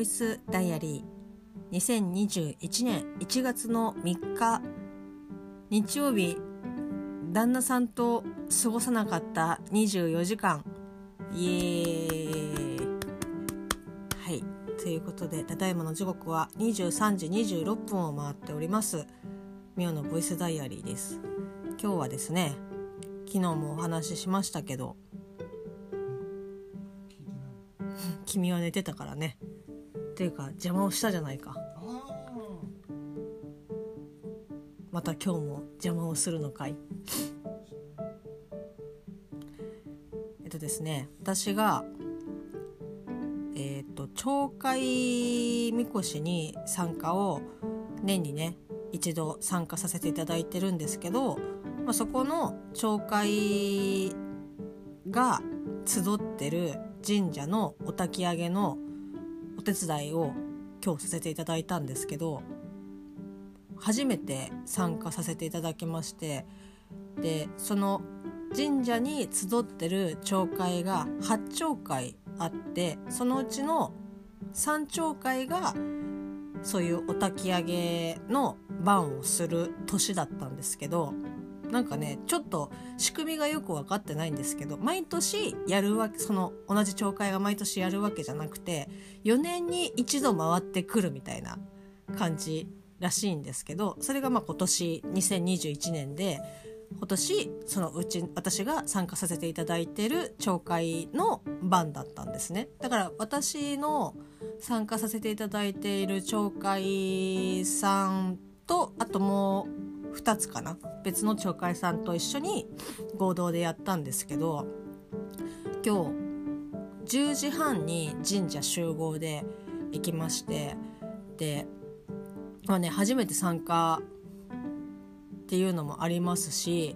イスダイアリー2021年1月の3日日曜日、旦那さんと過ごさなかった24時間イエーイ。はい、ということでただいまの時刻は23時26分を回っておりますミオのボイスダイアリーです。今日はですね、昨日もお話ししましたけど君は寝てたからねっていうか邪魔をしたじゃないか。また今日も邪魔をするのかい。ですね、私が町会みこしに参加を年にね一度参加させていただいてるんですけど、そこの町会が集ってる神社のお焚き上げのお手伝いを今日させていただいたんですけど、初めて参加させていただきまして、でその神社に集ってる町会が8町会あって、そのうちの3町会がそういうお焚き上げの番をする年だったんですけど、なんかねちょっと仕組みがよく分かってないんですけど、毎年やるわけ、その同じ町会が毎年やるわけじゃなくて4年に一度回ってくるみたいな感じらしいんですけど、それが今年2021年で、今年そのうち私が参加させていただいている町会の番だったんですね。だから私の参加させていただいている町会さんと、あともう2つかな、別の町会さんと一緒に合同でやったんですけど、今日10時半に神社集合で行きまして、で初めて参加っていうのもありますし、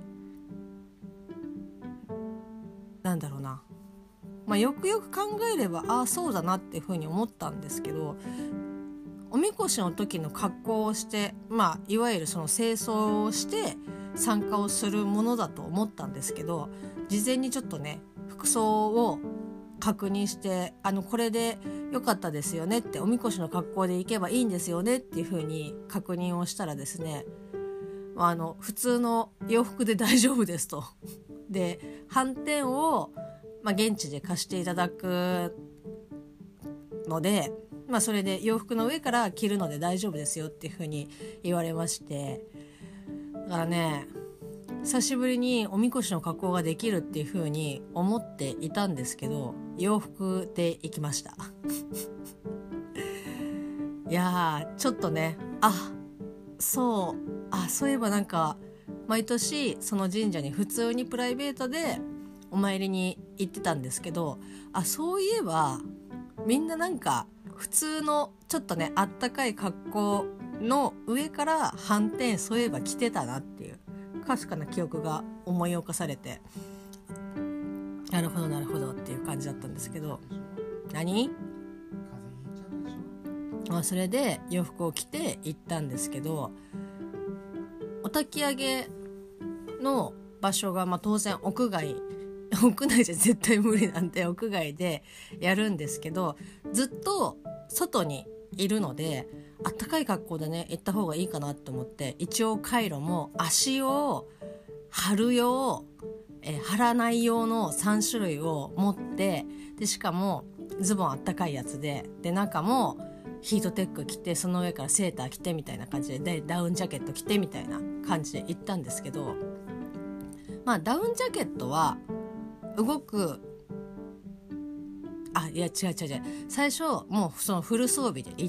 なんだろうな、よくよく考えればそうだなっていうふうに思ったんですけど、おみこしの時の格好をして、いわゆるその清掃をして参加をするものだと思ったんですけど、事前にちょっとね服装を確認して、これで良かったですよねって、おみこしの格好で行けばいいんですよねっていうふうに確認をしたらですね、普通の洋服で大丈夫ですとで斑点を、現地で貸していただくので、それで洋服の上から着るので大丈夫ですよっていう風に言われまして、だからね久しぶりにおみこしの格好ができるっていう風に思っていたんですけど、洋服で行きましたいやちょっとねそういえばなんか毎年その神社に普通にプライベートでお参りに行ってたんですけど、そういえばみんななんか普通のちょっとねあったかい格好の上から斑点そういえば着てたなっていうかすかな記憶が思い起こされて、なるほどっていう感じだったんですけど、それで洋服を着て行ったんですけど、お焚き上げの場所が当然屋内じゃ絶対無理なんで屋外でやるんですけど、ずっと外にいるのであったかい格好でね行った方がいいかなと思って、一応カイロも足を貼る用、貼らない用の3種類を持って、でしかもズボンあったかいやつで中もヒートテック着て、その上からセーター着てみたいな感じでダウンジャケット着てみたいな感じで行ったんですけど、ダウンジャケットは動く違う最初もうそのフル装備で行って、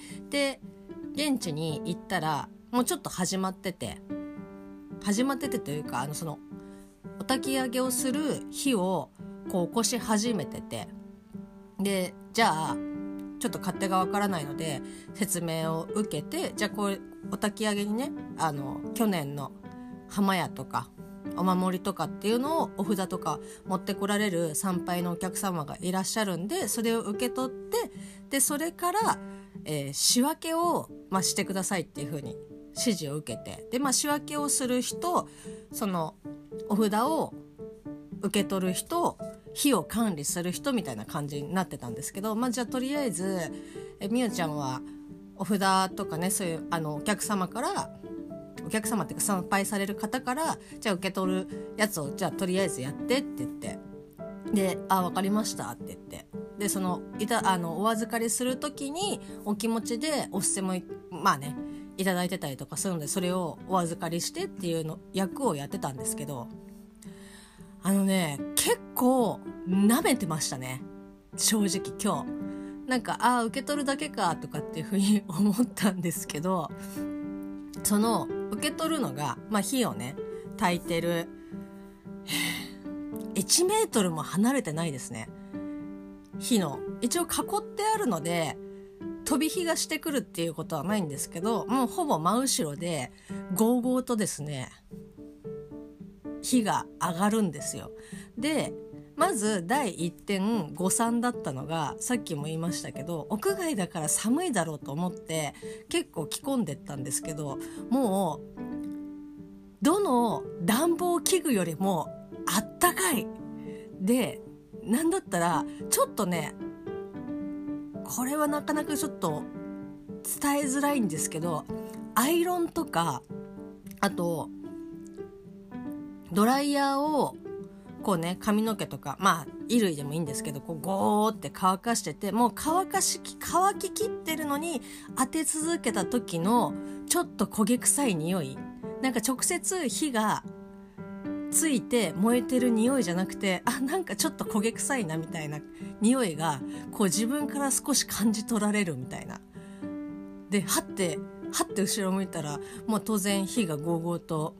で現地に行ったらもうちょっと始まっててというか、そのお焚き上げをする火をこう起こし始めてて、でじゃあちょっと勝手がわからないので説明を受けて、じゃあこうお焚き上げにね去年の浜屋とかお守りとかっていうのをお札とか持ってこられる参拝のお客様がいらっしゃるんで、それを受け取って、でそれから、仕分けを、してくださいっていう風に指示を受けて、で、仕分けをする人、そのお札を受け取る人、火を管理する人みたいな感じになってたんですけど、じゃあとりあえず、 みゆちゃんはお札とかね、そういうお客様っていうか参拝される方から、じゃあ受け取るやつをじゃあとりあえずやってって言って、で分かりましたって言って、でそのお預かりする時にお気持ちでお布施もまあねいただいてたりとかするので、それをお預かりしてっていうの役をやってたんですけど、結構舐めてましたね、正直今日。なんか受け取るだけかとかっていうふうに思ったんですけど、その受け取るのが、火をね焚いてる1メートルも離れてないですね。火の一応囲ってあるので飛び火がしてくるっていうことはないんですけど、もうほぼ真後ろでゴーゴーとですね火が上がるんですよ。でまず第一点誤算だったのが、さっきも言いましたけど、屋外だから寒いだろうと思って結構着込んでったんですけど、もうどの暖房器具よりもあったかいで、なんだったらちょっとね、これはなかなかちょっと伝えづらいんですけど、アイロンとかあとドライヤーをこうね、髪の毛とか衣類でもいいんですけど、こうゴーって乾かしてて、もう乾ききってるのに当て続けた時のちょっと焦げ臭い匂い、なんか直接火がついて燃えてる匂いじゃなくて、なんかちょっと焦げ臭いなみたいな匂いがこう自分から少し感じ取られるみたいな。ではって後ろ向いたら、もう当然火がゴーゴーと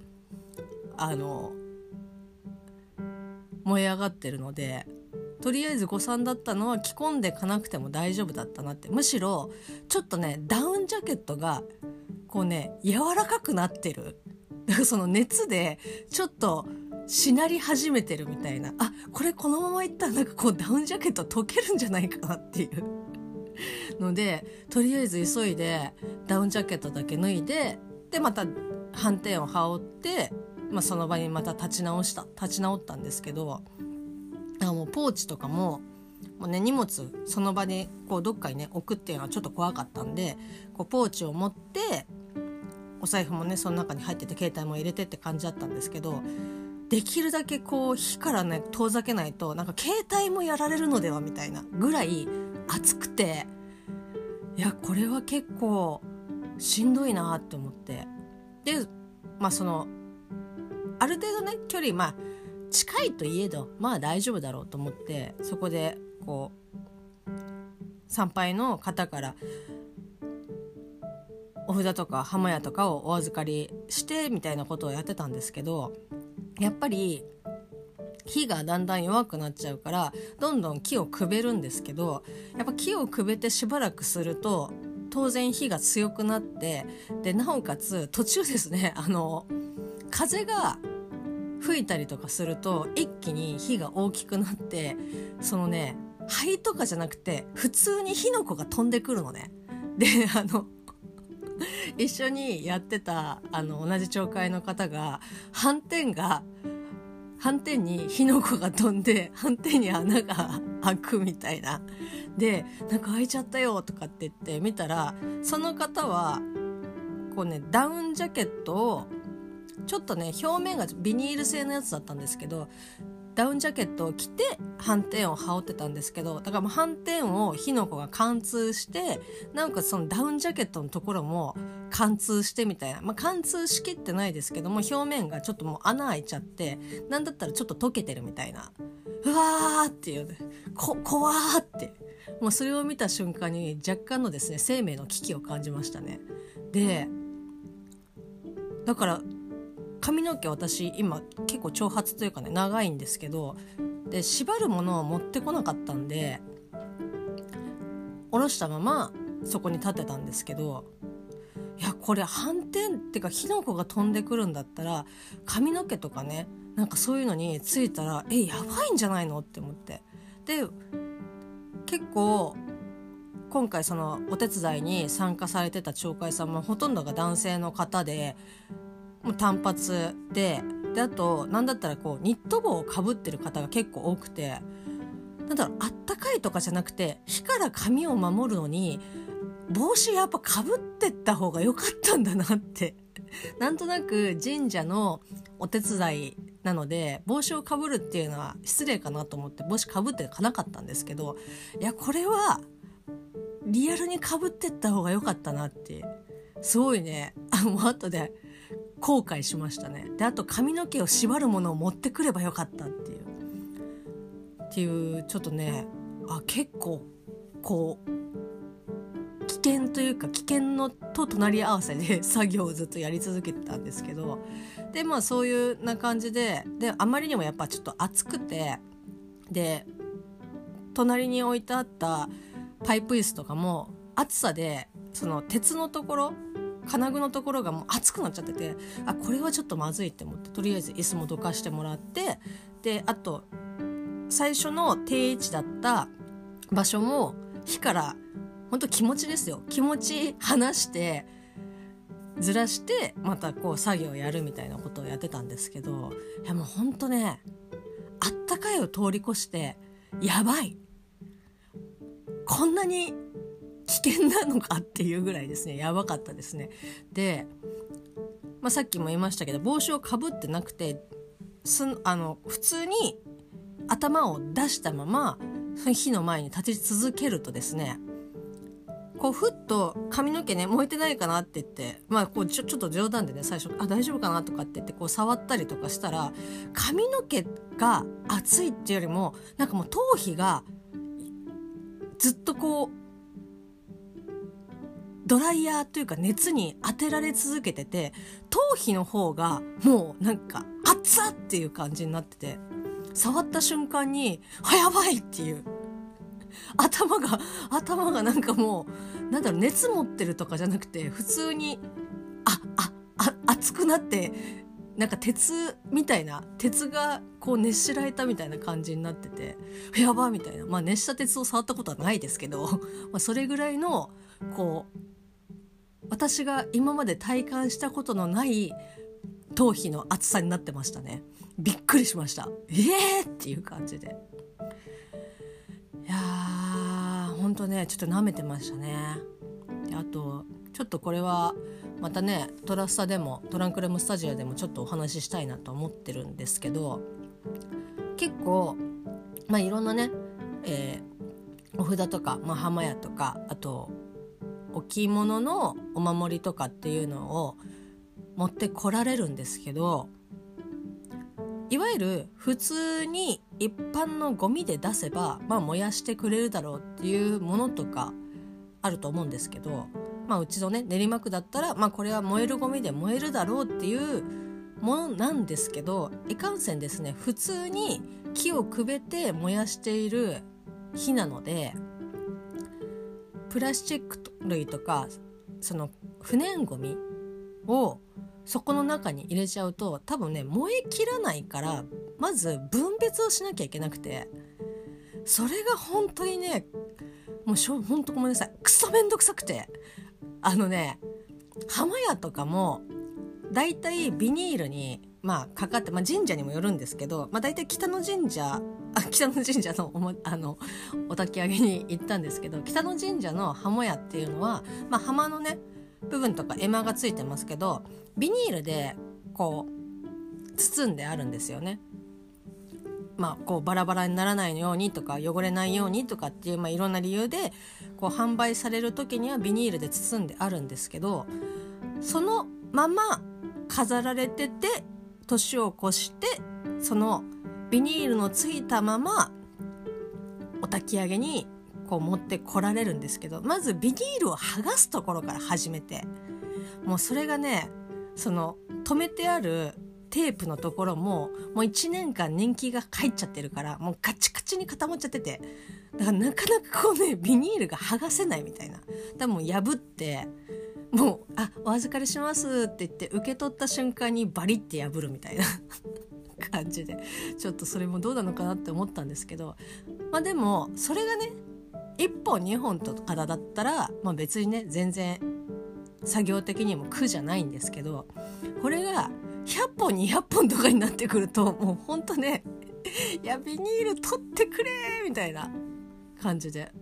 燃え上がってるので、とりあえず誤算だったのは着込んでかなくても大丈夫だったなって。むしろちょっとねダウンジャケットがこうね柔らかくなってる、だからその熱でちょっとしなり始めてるみたいな、これこのままいったらなんかこうダウンジャケット溶けるんじゃないかなっていうので、とりあえず急いでダウンジャケットだけ脱いで、でまたはんてんを羽織って、その場にまた立ち直ったんですけど、もうポーチとかもうね、荷物その場にこうどっかにね置くっていうのはちょっと怖かったんで、こうポーチを持ってお財布もねその中に入ってて携帯も入れてって感じだったんですけど、できるだけこう火からね遠ざけないと、なんか携帯もやられるのではみたいなぐらい暑くて、いやこれは結構しんどいなって思って、でそのある程度ね距離近いといえど大丈夫だろうと思って、そこでこう参拝の方からお札とか浜屋とかをお預かりしてみたいなことをやってたんですけど、やっぱり火がだんだん弱くなっちゃうからどんどん木をくべるんですけど、やっぱ木をくべてしばらくすると当然火が強くなって、でなおかつ途中ですね風が吹いたりとかすると一気に火が大きくなって、そのね灰とかじゃなくて普通に火の粉が飛んでくるのね。で一緒にやってた同じ町会の方がはんてんに火の粉が飛んではんてんに穴が開くみたいなで、なんか開いちゃったよとかって言って見たら、その方はこうねダウンジャケットをちょっとね表面がビニール製のやつだったんですけど、ダウンジャケットを着てはんてんを羽織ってたんですけど、だからもうはんてんを火の粉が貫通して、なおかつそのダウンジャケットのところも貫通してみたいな、貫通しきってないですけども表面がちょっともう穴開いちゃって、なんだったらちょっと溶けてるみたいな、うわーっていう怖ーって、もうそれを見た瞬間に若干のですね生命の危機を感じましたね。でだから髪の毛私今結構長髪というかね長いんですけど、で縛るものを持ってこなかったんで下ろしたままそこに立ってたんですけど、いやこれはんてんってか火の粉が飛んでくるんだったら髪の毛とかねなんかそういうのについたらやばいんじゃないのって思って、で結構今回そのお手伝いに参加されてた町会さんもほとんどが男性の方で、もう単発であとなんだったらこうニット帽をかぶってる方が結構多くて、なんだろうあったかいとかじゃなくて火から髪を守るのに帽子やっぱかぶってった方が良かったんだなってなんとなく神社のお手伝いなので帽子をかぶるっていうのは失礼かなと思って帽子かぶってかなかったんですけど、いやこれはリアルにかぶってった方が良かったなってすごいね後で後悔しましたね。であと髪の毛を縛るものを持ってくればよかったっていうちょっとね結構こう危険というか危険のと隣り合わせで作業をずっとやり続けてたんですけど、でそういうな感じであまりにもやっぱちょっと暑くて、で隣に置いてあったパイプ椅子とかも暑さでその鉄のところ金具のところがもう熱くなっちゃってて、これはちょっとまずいって思ってとりあえず椅子もどかしてもらって、であと最初の定位置だった場所も火から本当気持ちですよ、気持ち離してずらしてまたこう作業をやるみたいなことをやってたんですけど、いやもう本当ねあったかいを通り越してやばい、こんなに危険なのかっていうぐらいですね、やばかったですね。で、さっきも言いましたけど帽子をかぶってなくて普通に頭を出したまま火の前に立ち続けるとですね、こうふっと髪の毛ね燃えてないかなって言ってこうちょっと冗談でね最初大丈夫かなとかって言ってこう触ったりとかしたら、髪の毛が熱いっていうよりもなんかもう頭皮がずっとこうドライヤーというか熱に当てられ続けてて、頭皮の方がもうなんか熱っっていう感じになってて、触った瞬間にやばいっていう頭がなんかもうなんだろう、熱持ってるとかじゃなくて普通に熱くなってなんか鉄みたいな鉄がこう熱しられたみたいな感じになっててやばみたいな、熱した鉄を触ったことはないですけどそれぐらいのこう私が今まで体感したことのない頭皮の厚さになってましたね。びっくりしました。っていう感じで、いやーほんとねちょっと舐めてましたね。であとちょっとこれはまたねトランクルームスタジオでもちょっとお話ししたいなと思ってるんですけど、結構いろんなね、お札とか、浜屋とかあと置物のお守りとかっていうのを持ってこられるんですけど、いわゆる普通に一般のゴミで出せば燃やしてくれるだろうっていうものとかあると思うんですけど、うちのね練馬区だったらこれは燃えるゴミで燃えるだろうっていうものなんですけど、いかんせんですね普通に木をくべて燃やしている火なので、プラスチック類とかその不燃ゴミをそこの中に入れちゃうと多分ね燃え切らないから、まず分別をしなきゃいけなくて、それが本当にねもう本当ごめんなさい、クソめんどくさくて、浜屋とかもだいたいビニールにかかって、神社にもよるんですけど、だいたい北の神社のお焚き上げに行ったんですけど、北の神社の浜屋っていうのは、浜のね部分とか絵馬がついてますけどビニールでこう包んであるんですよね。こうバラバラにならないようにとか汚れないようにとかっていう、いろんな理由でこう販売される時にはビニールで包んであるんですけど、そのまま飾られてて年を越してそのビニールのついたままお焚き上げにこう持ってこられるんですけど、まずビニールを剥がすところから始めて、もうそれがねその止めてあるテープのところもう1年間年季が入っちゃってるからもうガチカチに固まっちゃってて、だからなかなかこうねビニールが剥がせないみたいな、多分破ってもうお預かりしますって言って受け取った瞬間にバリって破るみたいな感じで、ちょっとそれもどうなのかなって思ったんですけど、でもそれがね1本2本とかだったら、別にね全然作業的にも苦じゃないんですけど、これが100本200本とかになってくるともうほんとねいやビニール取ってくれみたいな感じで、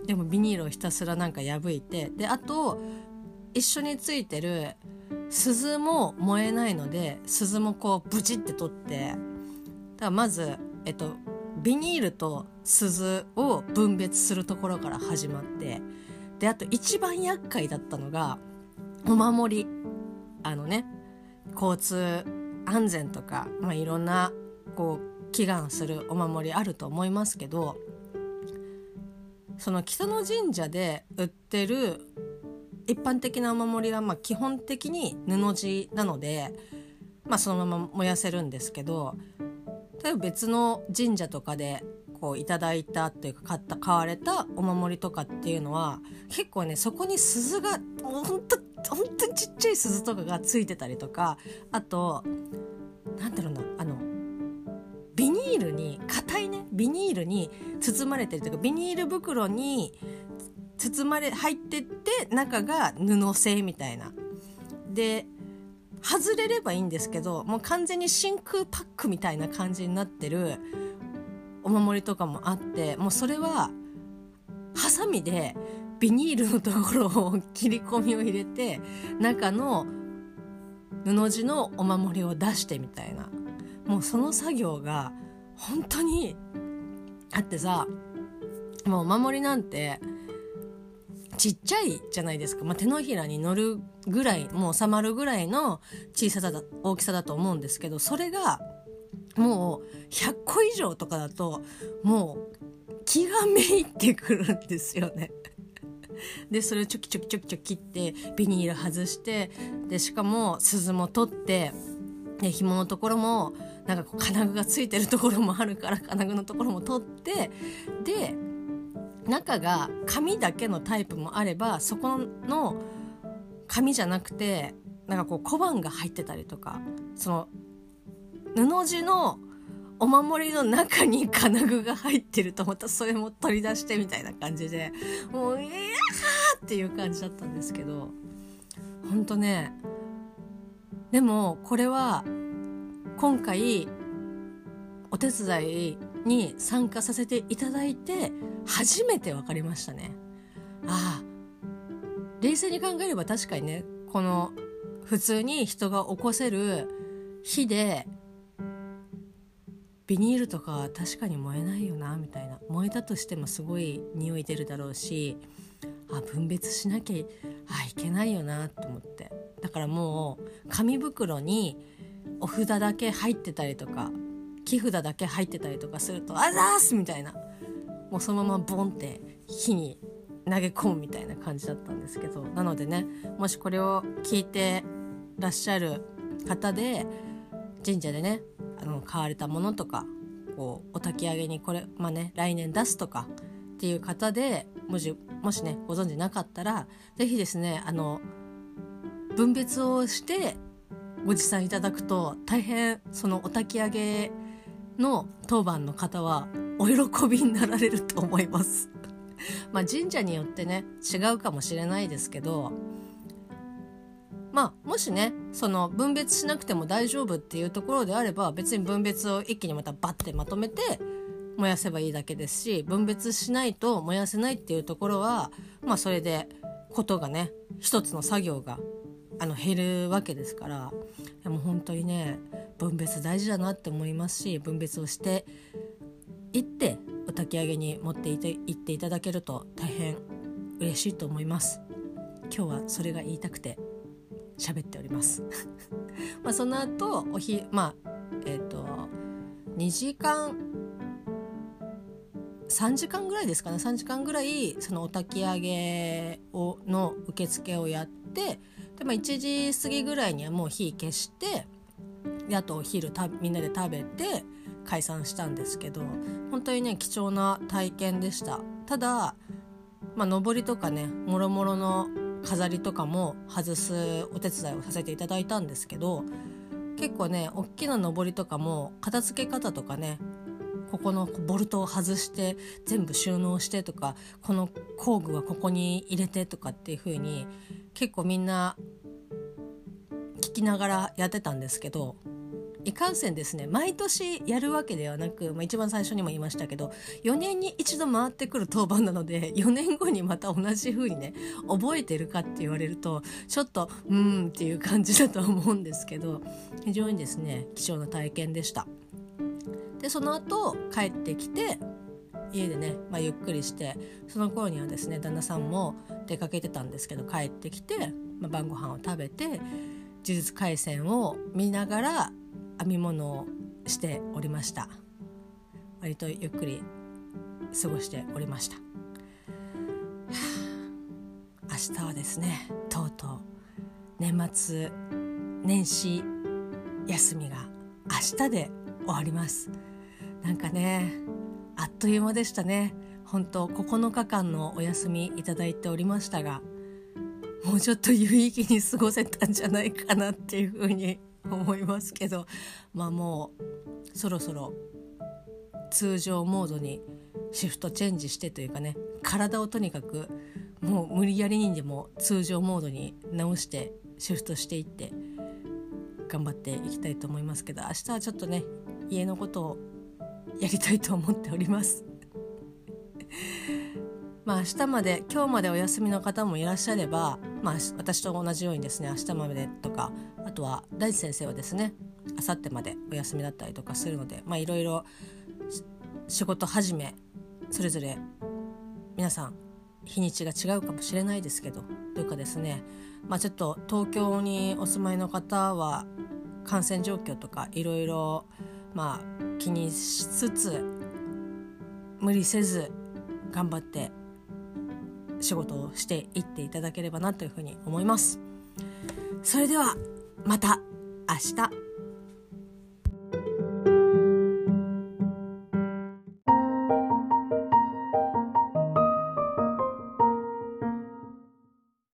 でもビニールをひたすらなんか破いて、であと一緒についてる鈴も燃えないので鈴もこうブチって取って、だからまずビニールと鈴を分別するところから始まって、であと一番厄介だったのがお守り、交通安全とか、いろんなこう祈願するお守りあると思いますけど、その北野神社で売ってる一般的なお守りは基本的に布地なので、そのまま燃やせるんですけど、例えば別の神社とかでこういただいたっていうか買われたお守りとかっていうのは結構ね、そこに鈴がもう本当にちっちゃい鈴とかがついてたりとか、あとなんだろうな、ビニールに硬いね、ビニールに包まれてるというか、ビニール袋に入ってって中が布製みたいなで、外れればいいんですけど、もう完全に真空パックみたいな感じになってるお守りとかもあって、もうそれはハサミでビニールのところを切り込みを入れて中の布地のお守りを出してみたいな、もうその作業が本当にあってさ、もうお守りなんてちっちゃいじゃないですか、手のひらに乗るぐらい、もう収まるぐらいの大きさだと思うんですけど、それがもう100個以上とかだともう気がめいってくるんですよねでそれをちょき切ってビニール外して、でしかも鈴も取って、で紐のところもなんかこう金具がついてるところもあるから金具のところも取って、で中が紙だけのタイプもあれば、そこの紙じゃなくてなんかこう小判が入ってたりとか、その布地のお守りの中に金具が入ってるとまたそれも取り出してみたいな感じで、もうっていう感じだったんですけど、ほんとね、でもこれは今回お手伝いに参加させていただいて初めて分かりましたね。冷静に考えれば確かにね、この普通に人が起こせる火でビニールとか確かに燃えないよなみたいな、燃えたとしてもすごい匂い出るだろうし、分別しなきゃいけないよなと思って、だからもう紙袋にお札だけ入ってたりとか木札だけ入ってたりとかするとあざーすみたいな、もうそのままボンって火に投げ込むみたいな感じだったんですけど、なのでね、もしこれを聞いてらっしゃる方で神社でね買われたものとかこうお焚き上げにこれ来年出すとかっていう方でもしねご存知なかったらぜひですね分別をしてご持参いただくと大変そのお焚き上げの当番の方はお喜びになられると思います神社によってね違うかもしれないですけど、もしねその分別しなくても大丈夫っていうところであれば別に分別を一気にまたバッてまとめて燃やせばいいだけですし、分別しないと燃やせないっていうところはそれでことがね一つの作業が減るわけですから、でも本当にね分別大事だなって思いますし、分別をしていってお焚き上げに持っていっていただけると大変嬉しいと思います。今日はそれが言いたくて喋っておりますその後2時間3時間ぐらいですかね、3時間ぐらいそのお焚き上げの受付をやって、で、1時過ぎぐらいにはもう火消して、であとお昼みんなで食べて解散したんですけど、本当にね貴重な体験でした。ただ上りとかねもろもろの飾りとかも外すお手伝いをさせていただいたんですけど、結構ね大きな上りとかも片付け方とかね、ここのボルトを外して全部収納してとか、この工具はここに入れてとかっていう風に結構みんな聞きながらやってたんですけど、 いかんせんですね、毎年やるわけではなく、一番最初にも言いましたけど、4年に一度回ってくる当番なので、4年後にまた同じ風にね覚えてるかって言われるとちょっとっていう感じだと思うんですけど、非常にですね貴重な体験でした。でその後帰ってきて家でね、ゆっくりして、その頃にはですね旦那さんも出かけてたんですけど、帰ってきて、晩ご飯を食べて呪術廻戦を見ながら編み物をしておりました。割とゆっくり過ごしておりました。明日はですね、とうとう年末年始休みが明日で終わります。なんかね、あっという間でしたね。本当9日間のお休みいただいておりましたが、もうちょっと有意義に過ごせたんじゃないかなっていうふうに思いますけど、もうそろそろ通常モードにシフトチェンジしてというかね、体をとにかくもう無理やりにでも通常モードに直してシフトしていって頑張っていきたいと思いますけど、明日はちょっとね家のことをやりたいと思っております明日まで今日までお休みの方もいらっしゃれば、私と同じようにですね明日までとか、あとは大地先生はですね明後日までお休みだったりとかするので、いろいろ仕事始めそれぞれ皆さん日にちが違うかもしれないですけど、どうかですね、ちょっと東京にお住まいの方は感染状況とかいろいろ気にしつつ無理せず頑張って仕事をしていっていただければなというふうに思います。それではまた明日。